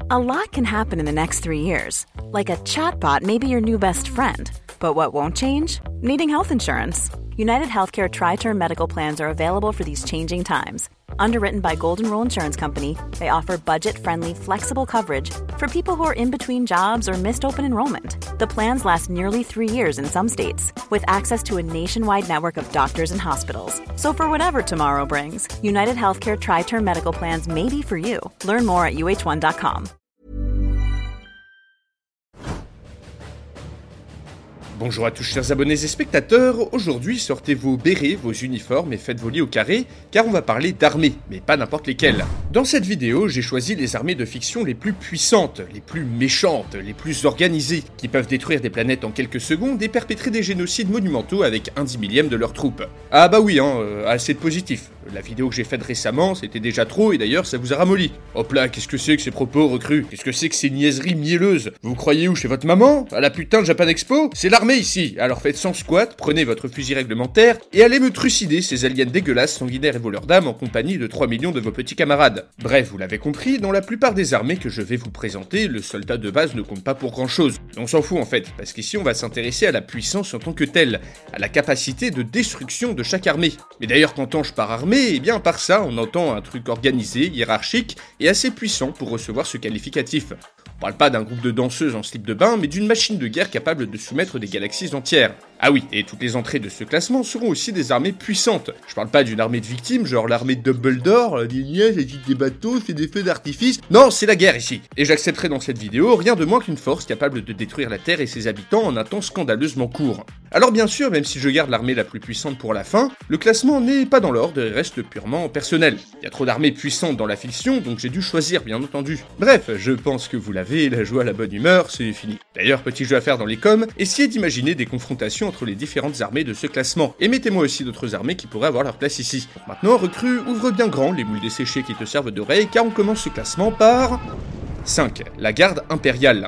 A lot can happen in the next 3 years. Like a chatbot may be your new best friend. But what won't change? Needing health insurance. United Healthcare Tri-Term Medical Plans are available for these changing times. Underwritten by Golden Rule Insurance Company, they offer budget-friendly, flexible coverage for people who are in between jobs or missed open enrollment. The plans last nearly 3 years in some states, with access to a nationwide network of doctors and hospitals. So for whatever tomorrow brings, United Healthcare Tri-Term Medical Plans may be for you. Learn more at uh1.com. Bonjour à tous chers abonnés et spectateurs, aujourd'hui sortez vos bérets, vos uniformes et faites vos lits au carré, car on va parler d'armées, mais pas n'importe lesquelles. Dans cette vidéo, j'ai choisi les armées de fiction les plus puissantes, les plus méchantes, les plus organisées, qui peuvent détruire des planètes en quelques secondes et perpétrer des génocides monumentaux avec 1/10000000 de leurs troupes. Ah bah oui, assez de positif. La vidéo que j'ai faite récemment, c'était déjà trop et d'ailleurs ça vous a ramolli. Hop là, qu'est-ce que c'est que ces propos recrues? Qu'est-ce que c'est que ces niaiseries mielleuses? Vous croyez où, chez votre maman? À la putain de Japan Expo? C'est l'armée ici, alors faites sans squat, prenez votre fusil réglementaire et allez me trucider ces aliens dégueulasses, sanguinaires et voleurs d'âme en compagnie de 3 millions de vos petits camarades. Bref, vous l'avez compris, dans la plupart des armées que je vais vous présenter, le soldat de base ne compte pas pour grand chose. On s'en fout en fait, parce qu'ici on va s'intéresser à la puissance en tant que telle, à la capacité de destruction de chaque armée. Mais d'ailleurs qu'entends-je par armée? Eh bien par ça, on entend un truc organisé, hiérarchique et assez puissant pour recevoir ce qualificatif. On parle pas d'un groupe de danseuses en slip de bain, mais d'une machine de guerre capable de soumettre des galaxies entières. Ah oui, et toutes les entrées de ce classement seront aussi des armées puissantes. Je parle pas d'une armée de victimes, genre l'armée de Dumbledore, des niaises, des bateaux, fait des feux d'artifice. Non, c'est la guerre ici. Et j'accepterai dans cette vidéo rien de moins qu'une force capable de détruire la Terre et ses habitants en un temps scandaleusement court. Alors bien sûr, même si je garde l'armée la plus puissante pour la fin, le classement n'est pas dans l'ordre et reste purement personnel. Il y a trop d'armées puissantes dans la fiction, donc j'ai dû choisir bien entendu. Bref, je pense que vous l'avez, la joie, la bonne humeur, c'est fini. D'ailleurs, petit jeu à faire dans les coms, essayez d'imaginer des confrontations entre les différentes armées de ce classement, et mettez-moi aussi d'autres armées qui pourraient avoir leur place ici. Donc maintenant, recrue, ouvre bien grand les moules desséchées qui te servent d'oreille, car on commence ce classement par... 5. La garde impériale.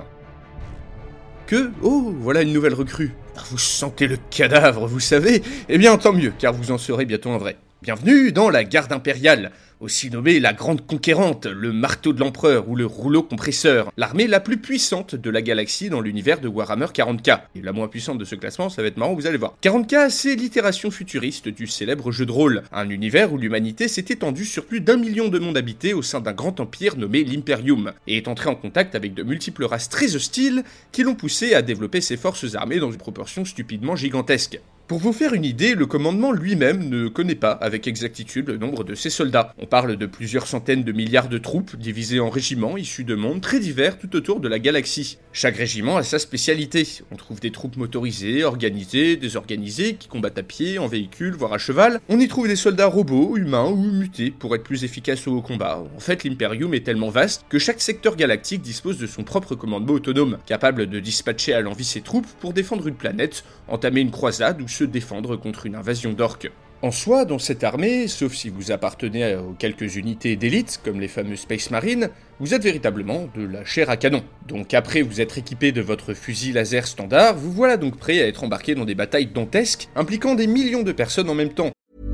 Oh, voilà une nouvelle recrue. Vous sentez le cadavre, vous savez? Eh bien, tant mieux, car vous en saurez bientôt un vrai. Bienvenue dans la garde impériale, aussi nommée la Grande Conquérante, le marteau de l'empereur ou le rouleau compresseur, l'armée la plus puissante de la galaxie dans l'univers de Warhammer 40K. Et la moins puissante de ce classement, ça va être marrant, vous allez voir. 40K, c'est l'itération futuriste du célèbre jeu de rôle, un univers où l'humanité s'est étendue sur plus d'1 million de mondes habités au sein d'un grand empire nommé l'Imperium, et est entré en contact avec de multiples races très hostiles qui l'ont poussé à développer ses forces armées dans une proportion stupidement gigantesque. Pour vous faire une idée, le commandement lui-même ne connaît pas avec exactitude le nombre de ses soldats. On parle de plusieurs centaines de milliards de troupes divisées en régiments issus de mondes très divers tout autour de la galaxie. Chaque régiment a sa spécialité. On trouve des troupes motorisées, organisées, désorganisées, qui combattent à pied, en véhicule, voire à cheval. On y trouve des soldats robots, humains ou mutés pour être plus efficaces au combat. En fait, l'Imperium est tellement vaste que chaque secteur galactique dispose de son propre commandement autonome, capable de dispatcher à l'envi ses troupes pour défendre une planète, entamer une croisade ou se défendre contre une invasion d'orques. En soi, dans cette armée, sauf si vous appartenez aux quelques unités d'élite, comme les fameux Space Marines, vous êtes véritablement de la chair à canon. Donc après vous être équipé de votre fusil laser standard, vous voilà donc prêt à être embarqué dans des batailles dantesques, impliquant des millions de personnes en même temps.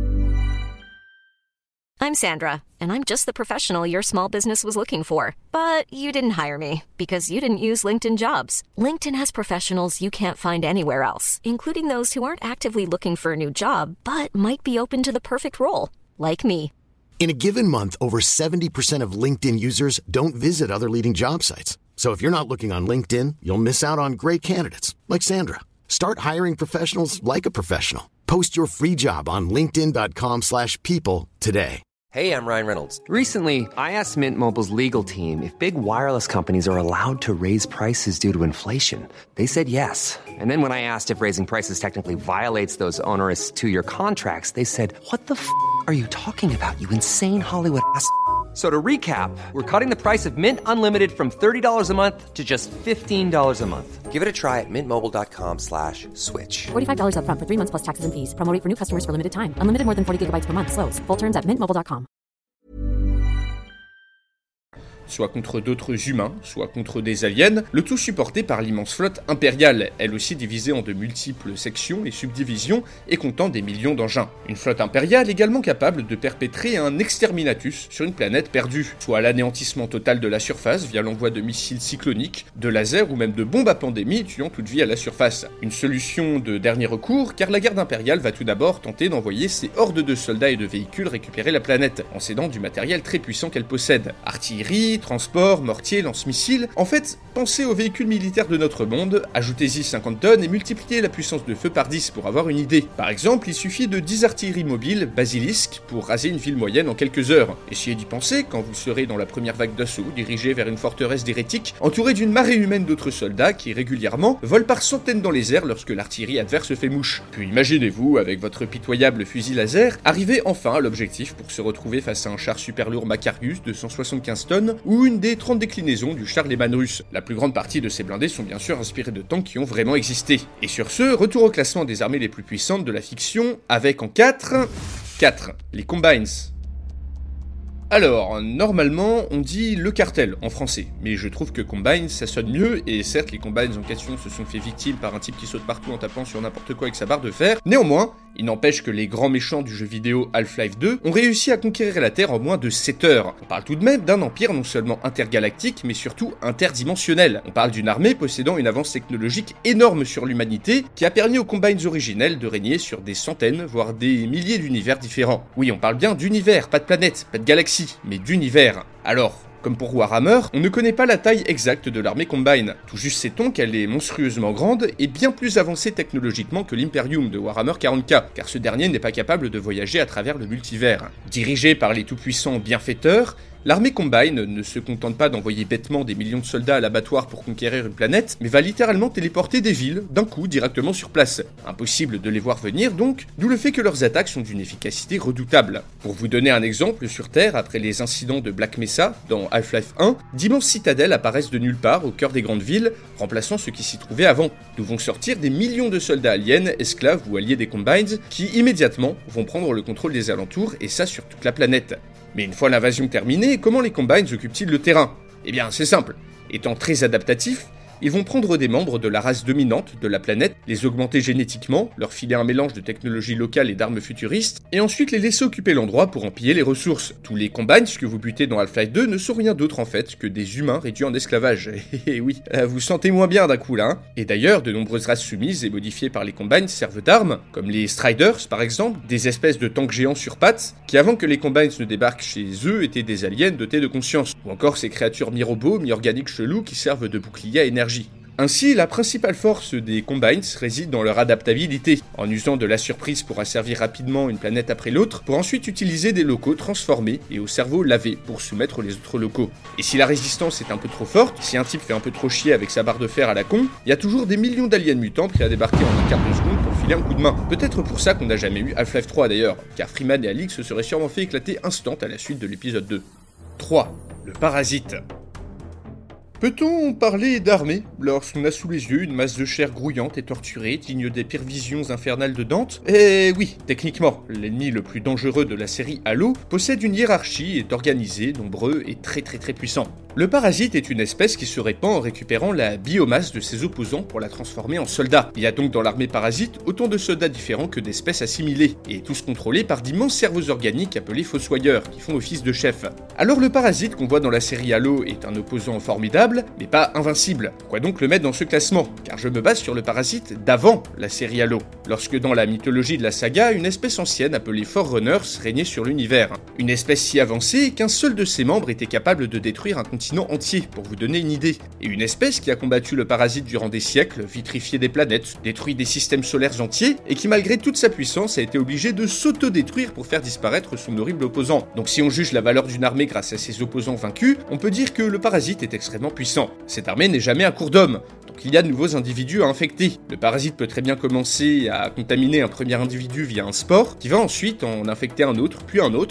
I'm Sandra, and I'm just the professional your small business was looking for. But you didn't hire me, because you didn't use LinkedIn Jobs. LinkedIn has professionals you can't find anywhere else, including those who aren't actively looking for a new job, but might be open to the perfect role, like me. In a given month, over 70% of LinkedIn users don't visit other leading job sites. So if you're not looking on LinkedIn, you'll miss out on great candidates, like Sandra. Start hiring professionals like a professional. Post your free job on linkedin.com/people today. Hey, I'm Ryan Reynolds. Recently, I asked Mint Mobile's legal team if big wireless companies are allowed to raise prices due to inflation. They said yes. And then when I asked if raising prices technically violates those onerous two-year contracts, they said, "What the f*** are you talking about, you insane Hollywood ass?" So to recap, we're cutting the price of Mint Unlimited from $30 a month to just $15 a month. Give it a try at mintmobile.com/switch. $45 up front for 3 months plus taxes and fees. Promo rate for new customers for limited time. Unlimited more than 40 gigabytes per month slows. Full terms at mintmobile.com. soit contre d'autres humains, soit contre des aliens, le tout supporté par l'immense flotte impériale, elle aussi divisée en de multiples sections et subdivisions et comptant des millions d'engins. Une flotte impériale également capable de perpétrer un exterminatus sur une planète perdue, soit l'anéantissement total de la surface via l'envoi de missiles cycloniques, de lasers ou même de bombes à pandémie tuant toute vie à la surface. Une solution de dernier recours car la garde impériale va tout d'abord tenter d'envoyer ses hordes de soldats et de véhicules récupérer la planète, en cédant du matériel très puissant qu'elle possède. Artillerie, transport, mortier, lance-missiles, en fait, pensez aux véhicules militaires de notre monde, ajoutez-y 50 tonnes et multipliez la puissance de feu par 10 pour avoir une idée. Par exemple, il suffit de 10 artilleries mobiles, basilisques, pour raser une ville moyenne en quelques heures. Essayez d'y penser quand vous serez dans la première vague d'assaut, dirigé vers une forteresse d'hérétiques, entouré d'une marée humaine d'autres soldats qui, régulièrement, volent par centaines dans les airs lorsque l'artillerie adverse fait mouche. Puis imaginez-vous, avec votre pitoyable fusil laser, arriver enfin à l'objectif pour se retrouver face à un char super lourd Macarius de 175 tonnes ou une des 30 déclinaisons du char Lehman russe. La plus grande partie de ces blindés sont bien sûr inspirés de tanks qui ont vraiment existé. Et sur ce, retour au classement des armées les plus puissantes de la fiction, avec en 4, les Combines. Alors, normalement, on dit le cartel en français, mais je trouve que Combine, ça sonne mieux, et certes, les Combines en question se sont fait victimes par un type qui saute partout en tapant sur n'importe quoi avec sa barre de fer. Néanmoins, il n'empêche que les grands méchants du jeu vidéo Half-Life 2 ont réussi à conquérir la Terre en moins de 7 heures. On parle tout de même d'un empire non seulement intergalactique, mais surtout interdimensionnel. On parle d'une armée possédant une avance technologique énorme sur l'humanité, qui a permis aux Combines originels de régner sur des centaines, voire des milliers d'univers différents. Oui, on parle bien d'univers, pas de planète, pas de galaxie, mais d'univers. Alors, comme pour Warhammer, on ne connaît pas la taille exacte de l'armée Combine. Tout juste sait-on qu'elle est monstrueusement grande et bien plus avancée technologiquement que l'Imperium de Warhammer 40k, car ce dernier n'est pas capable de voyager à travers le multivers. Dirigée par les tout-puissants bienfaiteurs, l'armée Combine ne se contente pas d'envoyer bêtement des millions de soldats à l'abattoir pour conquérir une planète, mais va littéralement téléporter des villes, d'un coup, directement sur place. Impossible de les voir venir donc, d'où le fait que leurs attaques sont d'une efficacité redoutable. Pour vous donner un exemple, sur Terre, après les incidents de Black Mesa, dans Half-Life 1, d'immenses citadelles apparaissent de nulle part au cœur des grandes villes, remplaçant ce qui s'y trouvait avant, d'où vont sortir des millions de soldats aliens, esclaves ou alliés des Combines, qui immédiatement vont prendre le contrôle des alentours, et ça sur toute la planète. Mais une fois l'invasion terminée, comment les Combines occupent-ils le terrain ? Eh bien, c'est simple. Étant très adaptatifs, ils vont prendre des membres de la race dominante de la planète, les augmenter génétiquement, leur filer un mélange de technologies locales et d'armes futuristes, et ensuite les laisser occuper l'endroit pour en piller les ressources. Tous les Combines que vous butez dans Half-Life 2 ne sont rien d'autre en fait que des humains réduits en esclavage. Et oui, vous sentez moins bien d'un coup là, hein. Et d'ailleurs, de nombreuses races soumises et modifiées par les Combines servent d'armes, comme les Striders par exemple, des espèces de tanks géants sur pattes, qui avant que les Combines ne débarquent chez eux étaient des aliens dotés de conscience, ou encore ces créatures mi-robots, mi-organiques chelous qui servent de bouclier à énergie. Ainsi, la principale force des Combines réside dans leur adaptabilité, en usant de la surprise pour asservir rapidement une planète après l'autre, pour ensuite utiliser des locaux transformés et au cerveau lavé pour soumettre les autres locaux. Et si la résistance est un peu trop forte, si un type fait un peu trop chier avec sa barre de fer à la con, il y a toujours des millions d'aliens mutants prêts à débarquer en un quart de seconde pour filer un coup de main. Peut-être pour ça qu'on n'a jamais eu Half-Life 3 d'ailleurs, car Freeman et Alix se seraient sûrement fait éclater instant à la suite de l'épisode 2. 3. Le parasite. Peut-on parler d'armée lorsqu'on a sous les yeux une masse de chair grouillante et torturée, digne des pires visions infernales de Dante ? Eh oui, techniquement, l'ennemi le plus dangereux de la série Halo possède une hiérarchie, est organisé, nombreux et très puissant. Le parasite est une espèce qui se répand en récupérant la biomasse de ses opposants pour la transformer en soldats. Il y a donc dans l'armée parasite autant de soldats différents que d'espèces assimilées, et tous contrôlés par d'immenses cerveaux organiques appelés fossoyeurs, qui font office de chef. Alors le parasite qu'on voit dans la série Halo est un opposant formidable, mais pas invincible. Pourquoi donc le mettre dans ce classement ? Car je me base sur le parasite d'avant la série Halo, lorsque dans la mythologie de la saga, une espèce ancienne appelée Forerunners régnait sur l'univers. Une espèce si avancée qu'un seul de ses membres était capable de détruire un continent entier, pour vous donner une idée. Et une espèce qui a combattu le parasite durant des siècles, vitrifié des planètes, détruit des systèmes solaires entiers, et qui malgré toute sa puissance a été obligée de s'auto-détruire pour faire disparaître son horrible opposant. Donc si on juge la valeur d'une armée grâce à ses opposants vaincus, on peut dire que le parasite est extrêmement puissant. Cette armée n'est jamais à court d'hommes, donc il y a de nouveaux individus à infecter. Le parasite peut très bien commencer à contaminer un premier individu via un spore, qui va ensuite en infecter un autre, puis un autre,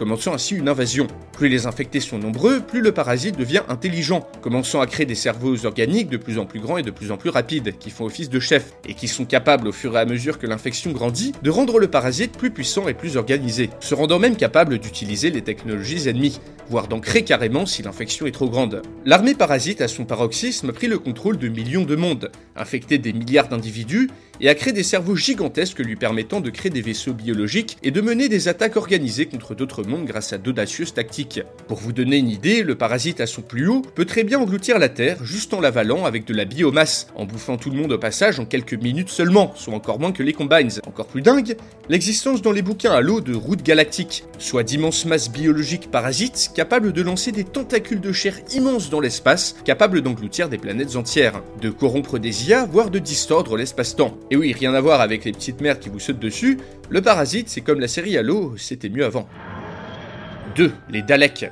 commençant ainsi une invasion. Plus les infectés sont nombreux, plus le parasite devient intelligent, commençant à créer des cerveaux organiques de plus en plus grands et de plus en plus rapides, qui font office de chef, et qui sont capables au fur et à mesure que l'infection grandit, de rendre le parasite plus puissant et plus organisé, se rendant même capable d'utiliser les technologies ennemies, voire d'en créer carrément si l'infection est trop grande. L'armée parasite à son paroxysme a pris le contrôle de millions de mondes, infecté des milliards d'individus, et a créé des cerveaux gigantesques lui permettant de créer des vaisseaux biologiques et de mener des attaques organisées contre d'autres mondes grâce à d'audacieuses tactiques. Pour vous donner une idée, le parasite à son plus haut peut très bien engloutir la Terre juste en l'avalant avec de la biomasse, en bouffant tout le monde au passage en quelques minutes seulement, soit encore moins que les Combines. Encore plus dingue, l'existence dans les bouquins à l'eau de routes galactiques, soit d'immenses masses biologiques parasites capables de lancer des tentacules de chair immenses dans l'espace, capables d'engloutir des planètes entières, de corrompre des IA, voire de distordre l'espace-temps. Et oui, rien à voir avec les petites merdes qui vous sautent dessus, le parasite c'est comme la série Halo, c'était mieux avant. 2. Les Daleks.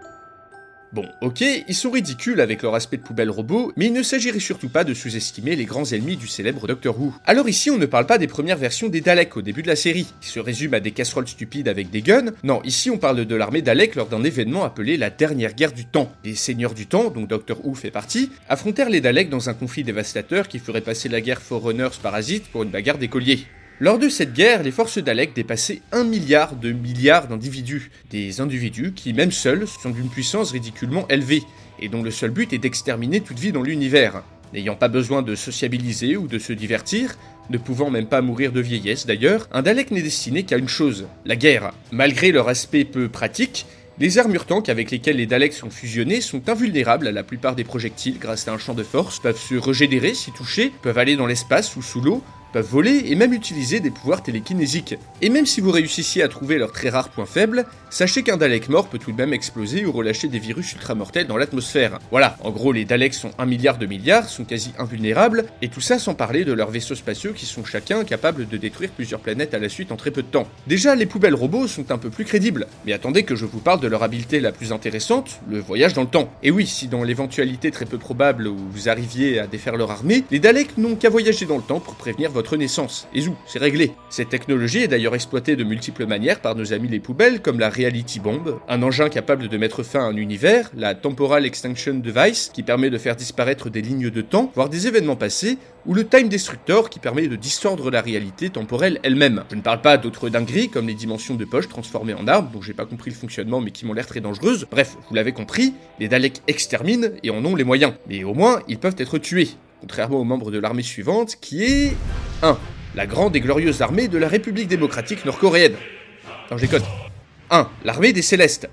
Bon, ok, ils sont ridicules avec leur aspect de poubelle robot, mais il ne s'agirait surtout pas de sous-estimer les grands ennemis du célèbre Doctor Who. Alors ici, on ne parle pas des premières versions des Daleks au début de la série, qui se résument à des casseroles stupides avec des guns. Non, ici on parle de l'armée Dalek lors d'un événement appelé la Dernière Guerre du Temps. Les Seigneurs du Temps, dont Doctor Who fait partie, affrontèrent les Daleks dans un conflit dévastateur qui ferait passer la guerre Forerunners parasite pour une bagarre d'écoliers. Lors de cette guerre, les forces Daleks dépassaient 1 milliard d'individus. Des individus qui, même seuls, sont d'une puissance ridiculement élevée, et dont le seul but est d'exterminer toute vie dans l'univers. N'ayant pas besoin de sociabiliser ou de se divertir, ne pouvant même pas mourir de vieillesse d'ailleurs, un Dalek n'est destiné qu'à une chose, la guerre. Malgré leur aspect peu pratique, les armures tanks avec lesquelles les Daleks sont fusionnés sont invulnérables à la plupart des projectiles grâce à un champ de force, peuvent se régénérer si touchés, peuvent aller dans l'espace ou sous l'eau, peuvent voler et même utiliser des pouvoirs télékinésiques. Et même si vous réussissiez à trouver leur très rare point faible, sachez qu'un Dalek mort peut tout de même exploser ou relâcher des virus ultramortels dans l'atmosphère. Voilà, en gros les Daleks sont 1 milliard de milliards, sont quasi invulnérables, et tout ça sans parler de leurs vaisseaux spatiaux qui sont chacun capables de détruire plusieurs planètes à la suite en très peu de temps. Déjà, les poubelles robots sont un peu plus crédibles, mais attendez que je vous parle de leur habileté la plus intéressante, le voyage dans le temps. Et oui, si dans l'éventualité très peu probable où vous arriviez à défaire leur armée, les Daleks n'ont qu'à voyager dans le temps pour prévenir votre naissance. Et zou, c'est réglé. Cette technologie est d'ailleurs exploitée de multiples manières par nos amis les poubelles, comme la Reality Bomb, un engin capable de mettre fin à un univers, la Temporal Extinction Device, qui permet de faire disparaître des lignes de temps, voire des événements passés, ou le Time Destructor, qui permet de distordre la réalité temporelle elle-même. Je ne parle pas d'autres dingueries, comme les dimensions de poche transformées en armes, dont j'ai pas compris le fonctionnement mais qui m'ont l'air très dangereuses. Bref, vous l'avez compris, les Daleks exterminent et en ont les moyens. Mais au moins, ils peuvent être tués. Contrairement aux membres de l'armée suivante, qui est... 1. La grande et glorieuse armée de la République démocratique nord-coréenne. Non, je déconne. 1. L'armée des Célestes.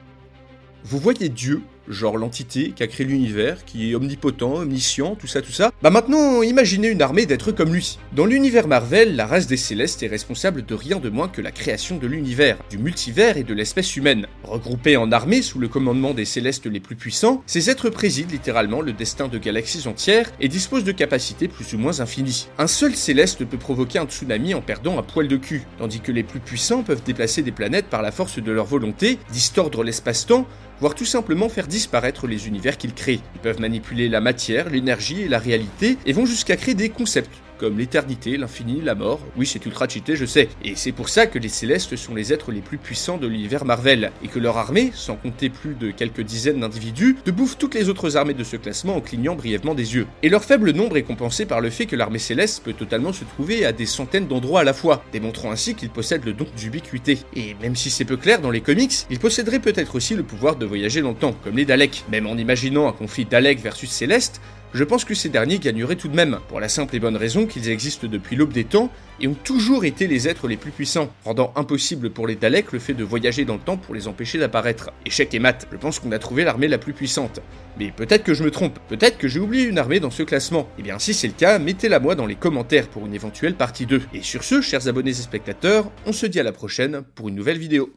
Vous voyez Dieu, genre l'entité qui a créé l'univers, qui est omnipotent, omniscient, tout ça. Bah maintenant, imaginez une armée d'êtres comme lui. Dans l'univers Marvel, la race des Célestes est responsable de rien de moins que la création de l'univers, du multivers et de l'espèce humaine. Regroupés en armée sous le commandement des Célestes les plus puissants, ces êtres président littéralement le destin de galaxies entières et disposent de capacités plus ou moins infinies. Un seul Céleste peut provoquer un tsunami en perdant un poil de cul, tandis que les plus puissants peuvent déplacer des planètes par la force de leur volonté, distordre l'espace-temps, voire tout simplement faire disparaître les univers qu'ils créent. Ils peuvent manipuler la matière, l'énergie et la réalité, et vont jusqu'à créer des concepts, comme l'éternité, l'infini, la mort. Oui, c'est ultra cheaté, je sais. Et c'est pour ça que les Célestes sont les êtres les plus puissants de l'univers Marvel, et que leur armée, sans compter plus de quelques dizaines d'individus, te bouffe toutes les autres armées de ce classement en clignant brièvement des yeux. Et leur faible nombre est compensé par le fait que l'armée céleste peut totalement se trouver à des centaines d'endroits à la fois, démontrant ainsi qu'ils possèdent le don d'ubiquité. Et même si c'est peu clair dans les comics, ils posséderaient peut-être aussi le pouvoir de voyager dans le temps, comme les Daleks. Même en imaginant un conflit Dalek versus Céleste, je pense que ces derniers gagneraient tout de même, pour la simple et bonne raison qu'ils existent depuis l'aube des temps et ont toujours été les êtres les plus puissants, rendant impossible pour les Daleks le fait de voyager dans le temps pour les empêcher d'apparaître. Échec et mat, je pense qu'on a trouvé l'armée la plus puissante. Mais peut-être que je me trompe, peut-être que j'ai oublié une armée dans ce classement. Et bien si c'est le cas, mettez-la moi dans les commentaires pour une éventuelle partie 2. Et sur ce, chers abonnés et spectateurs, on se dit à la prochaine pour une nouvelle vidéo.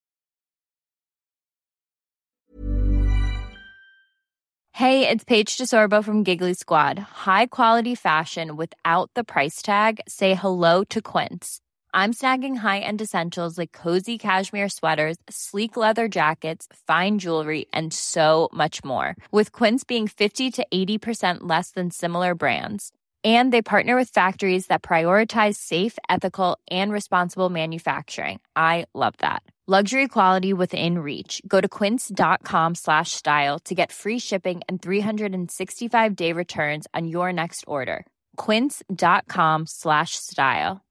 Hey, it's Paige DeSorbo from Giggly Squad. High quality fashion without the price tag. Say hello to Quince. I'm snagging high-end essentials like cozy cashmere sweaters, sleek leather jackets, fine jewelry, and so much more. With Quince being 50 to 80% less than similar brands. And they partner with factories that prioritize safe, ethical, and responsible manufacturing. I love that. Luxury quality within reach. Go to quince.com/style to get free shipping and 365-day returns on your next order. Quince.com/style.